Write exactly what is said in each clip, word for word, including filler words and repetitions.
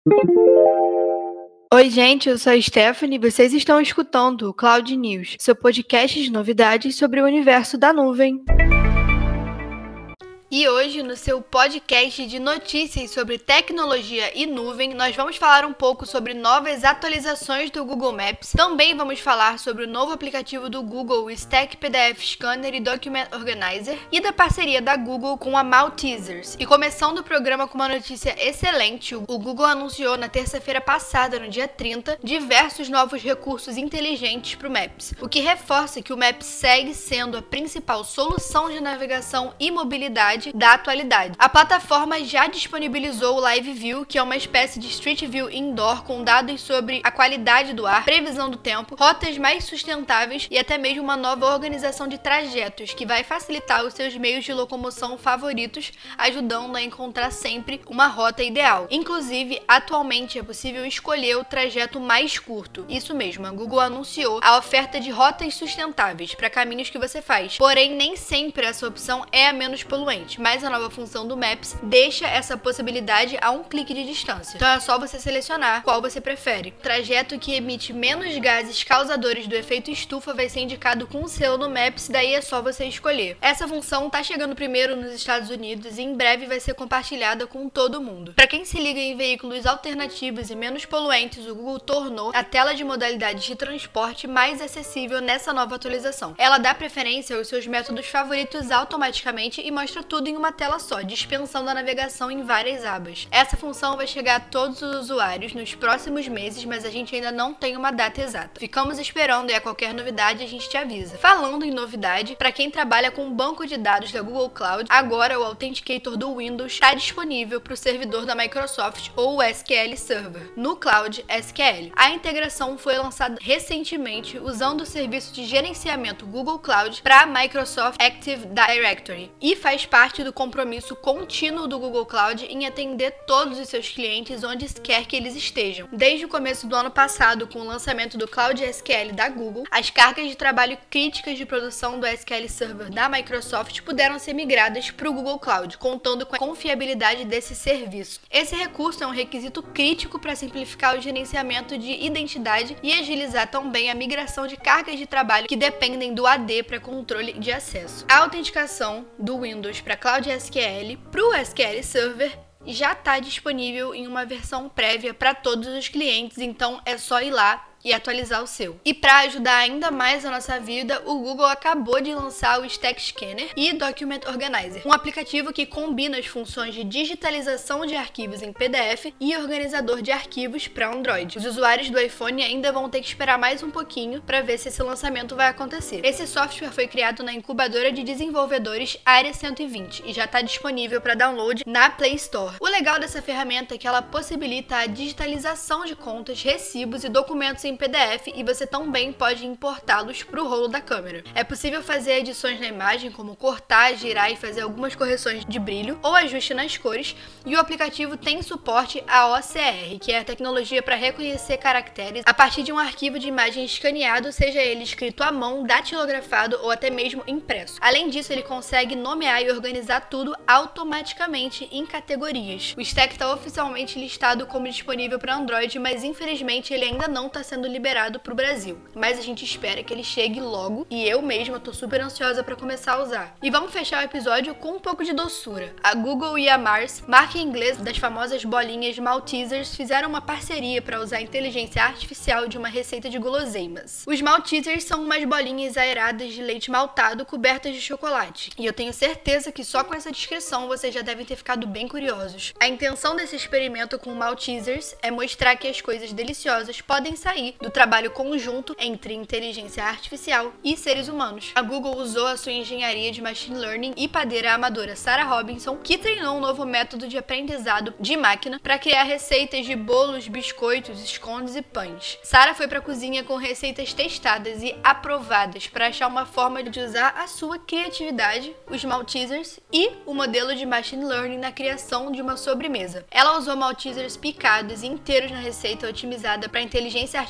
Oi, gente, eu sou a Stephanie e vocês estão escutando o Cloud News, seu podcast de novidades sobre o universo da nuvem. E hoje, no seu podcast de notícias sobre tecnologia e nuvem, nós vamos falar um pouco sobre novas atualizações do Google Maps. Também vamos falar sobre o novo aplicativo do Google, o Stack P D F Scanner e Document Organizer, e da parceria da Google com a Maltesers. E começando o programa com uma notícia excelente, o Google anunciou na terça-feira passada, no dia trinta, diversos novos recursos inteligentes para o Maps, o que reforça que o Maps segue sendo a principal solução de navegação e mobilidade da atualidade. A plataforma já disponibilizou o Live View, que é uma espécie de Street View indoor com dados sobre a qualidade do ar, previsão do tempo, rotas mais sustentáveis e até mesmo uma nova organização de trajetos que vai facilitar os seus meios de locomoção favoritos, ajudando a encontrar sempre uma rota ideal. Inclusive, atualmente é possível escolher o trajeto mais curto. Isso mesmo, a Google anunciou a oferta de rotas sustentáveis para caminhos que você faz. Porém, nem sempre essa opção é a menos poluente, mas a nova função do Maps deixa essa possibilidade a um clique de distância. Então é só você selecionar qual você prefere. O trajeto que emite menos gases causadores do efeito estufa vai ser indicado com um selo no Maps, daí é só você escolher. Essa função tá chegando primeiro nos Estados Unidos e em breve vai ser compartilhada com todo mundo. Para quem se liga em veículos alternativos e menos poluentes, o Google tornou a tela de modalidades de transporte mais acessível nessa nova atualização. Ela dá preferência aos seus métodos favoritos automaticamente e mostra tudo em uma tela só, dispensando a navegação em várias abas. Essa função vai chegar a todos os usuários nos próximos meses, mas a gente ainda não tem uma data exata. Ficamos esperando e a qualquer novidade a gente te avisa. Falando em novidade, para quem trabalha com o banco de dados da Google Cloud, agora o Authenticator do Windows está disponível para o servidor da Microsoft ou o S Q L Server, no Cloud S Q L. A integração foi lançada recentemente usando o serviço de gerenciamento Google Cloud para a Microsoft Active Directory e faz parte do compromisso contínuo do Google Cloud em atender todos os seus clientes onde quer que eles estejam. Desde o começo do ano passado, com o lançamento do Cloud S Q L da Google, as cargas de trabalho críticas de produção do S Q L Server da Microsoft puderam ser migradas para o Google Cloud, contando com a confiabilidade desse serviço. Esse recurso é um requisito crítico para simplificar o gerenciamento de identidade e agilizar também a migração de cargas de trabalho que dependem do A D para controle de acesso. A autenticação do Windows para Cloud S Q L para o S Q L Server já está disponível em uma versão prévia para todos os clientes, então é só ir lá e atualizar o seu. E para ajudar ainda mais a nossa vida, o Google acabou de lançar o Stack Scanner e Document Organizer, um aplicativo que combina as funções de digitalização de arquivos em P D F e organizador de arquivos para Android. Os usuários do iPhone ainda vão ter que esperar mais um pouquinho para ver se esse lançamento vai acontecer. Esse software foi criado na incubadora de desenvolvedores Área cento e vinte e já está disponível para download na Play Store. O legal dessa ferramenta é que ela possibilita a digitalização de contas, recibos e documentos em P D F e você também pode importá-los para o rolo da câmera. É possível fazer edições na imagem, como cortar, girar e fazer algumas correções de brilho ou ajuste nas cores, e o aplicativo tem suporte a O C R, que é a tecnologia para reconhecer caracteres a partir de um arquivo de imagem escaneado, seja ele escrito à mão, datilografado ou até mesmo impresso. Além disso, ele consegue nomear e organizar tudo automaticamente em categorias. O Stack está oficialmente listado como disponível para Android, mas infelizmente ele ainda não está sendo liberado para o Brasil, mas a gente espera que ele chegue logo e eu mesma tô super ansiosa para começar a usar. E vamos fechar o episódio com um pouco de doçura. A Google e a Mars, marca em inglês das famosas bolinhas Maltesers, fizeram uma parceria para usar a inteligência artificial de uma receita de guloseimas. Os Maltesers são umas bolinhas aeradas de leite maltado cobertas de chocolate, e eu tenho certeza que só com essa descrição vocês já devem ter ficado bem curiosos. A intenção desse experimento com Maltesers é mostrar que as coisas deliciosas podem sair do trabalho conjunto entre inteligência artificial e seres humanos. A Google usou a sua engenharia de machine learning e padeira amadora Sarah Robinson, que treinou um novo método de aprendizado de máquina para criar receitas de bolos, biscoitos, scones e pães. Sarah foi para a cozinha com receitas testadas e aprovadas para achar uma forma de usar a sua criatividade, os Maltesers, e o modelo de machine learning na criação de uma sobremesa. Ela usou Maltesers picados e inteiros na receita otimizada para inteligência artificial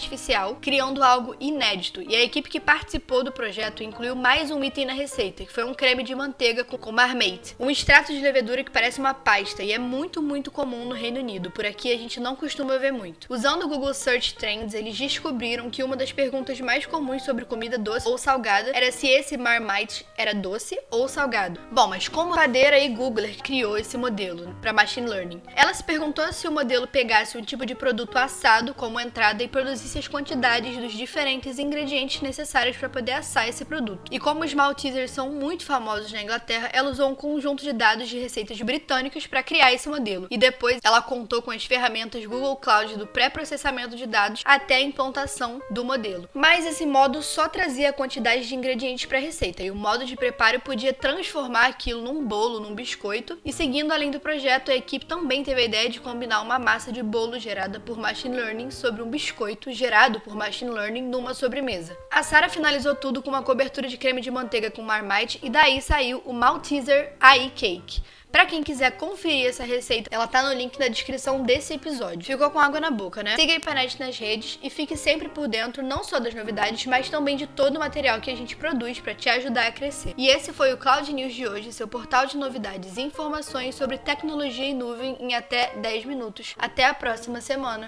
artificial, criando algo inédito. E a equipe que participou do projeto incluiu mais um item na receita, que foi um creme de manteiga com marmite, um extrato de levedura que parece uma pasta e é muito, muito comum no Reino Unido. Por aqui a gente não costuma ver muito. Usando o Google Search Trends, eles descobriram que uma das perguntas mais comuns sobre comida doce ou salgada era se esse marmite era doce ou salgado. Bom, mas como a padeira e Googler criou esse modelo para machine learning? Ela se perguntou se o modelo pegasse um tipo de produto assado como entrada e produzisse as quantidades dos diferentes ingredientes necessários para poder assar esse produto. E como os Maltesers são muito famosos na Inglaterra, ela usou um conjunto de dados de receitas britânicas para criar esse modelo. E depois ela contou com as ferramentas Google Cloud do pré-processamento de dados até a implantação do modelo. Mas esse modo só trazia a quantidade de ingredientes para a receita e o modo de preparo podia transformar aquilo num bolo, num biscoito. E seguindo além do projeto, a equipe também teve a ideia de combinar uma massa de bolo gerada por machine learning sobre um biscoito gerado por machine learning numa sobremesa. A Sarah finalizou tudo com uma cobertura de creme de manteiga com marmite e daí saiu o Malteser A I Cake. Pra quem quiser conferir essa receita, ela tá no link na descrição desse episódio. Ficou com água na boca, né? Siga a Ipanete nas redes e fique sempre por dentro não só das novidades, mas também de todo o material que a gente produz pra te ajudar a crescer. E esse foi o Cloud News de hoje, seu portal de novidades e informações sobre tecnologia em nuvem em até dez minutos. Até a próxima semana!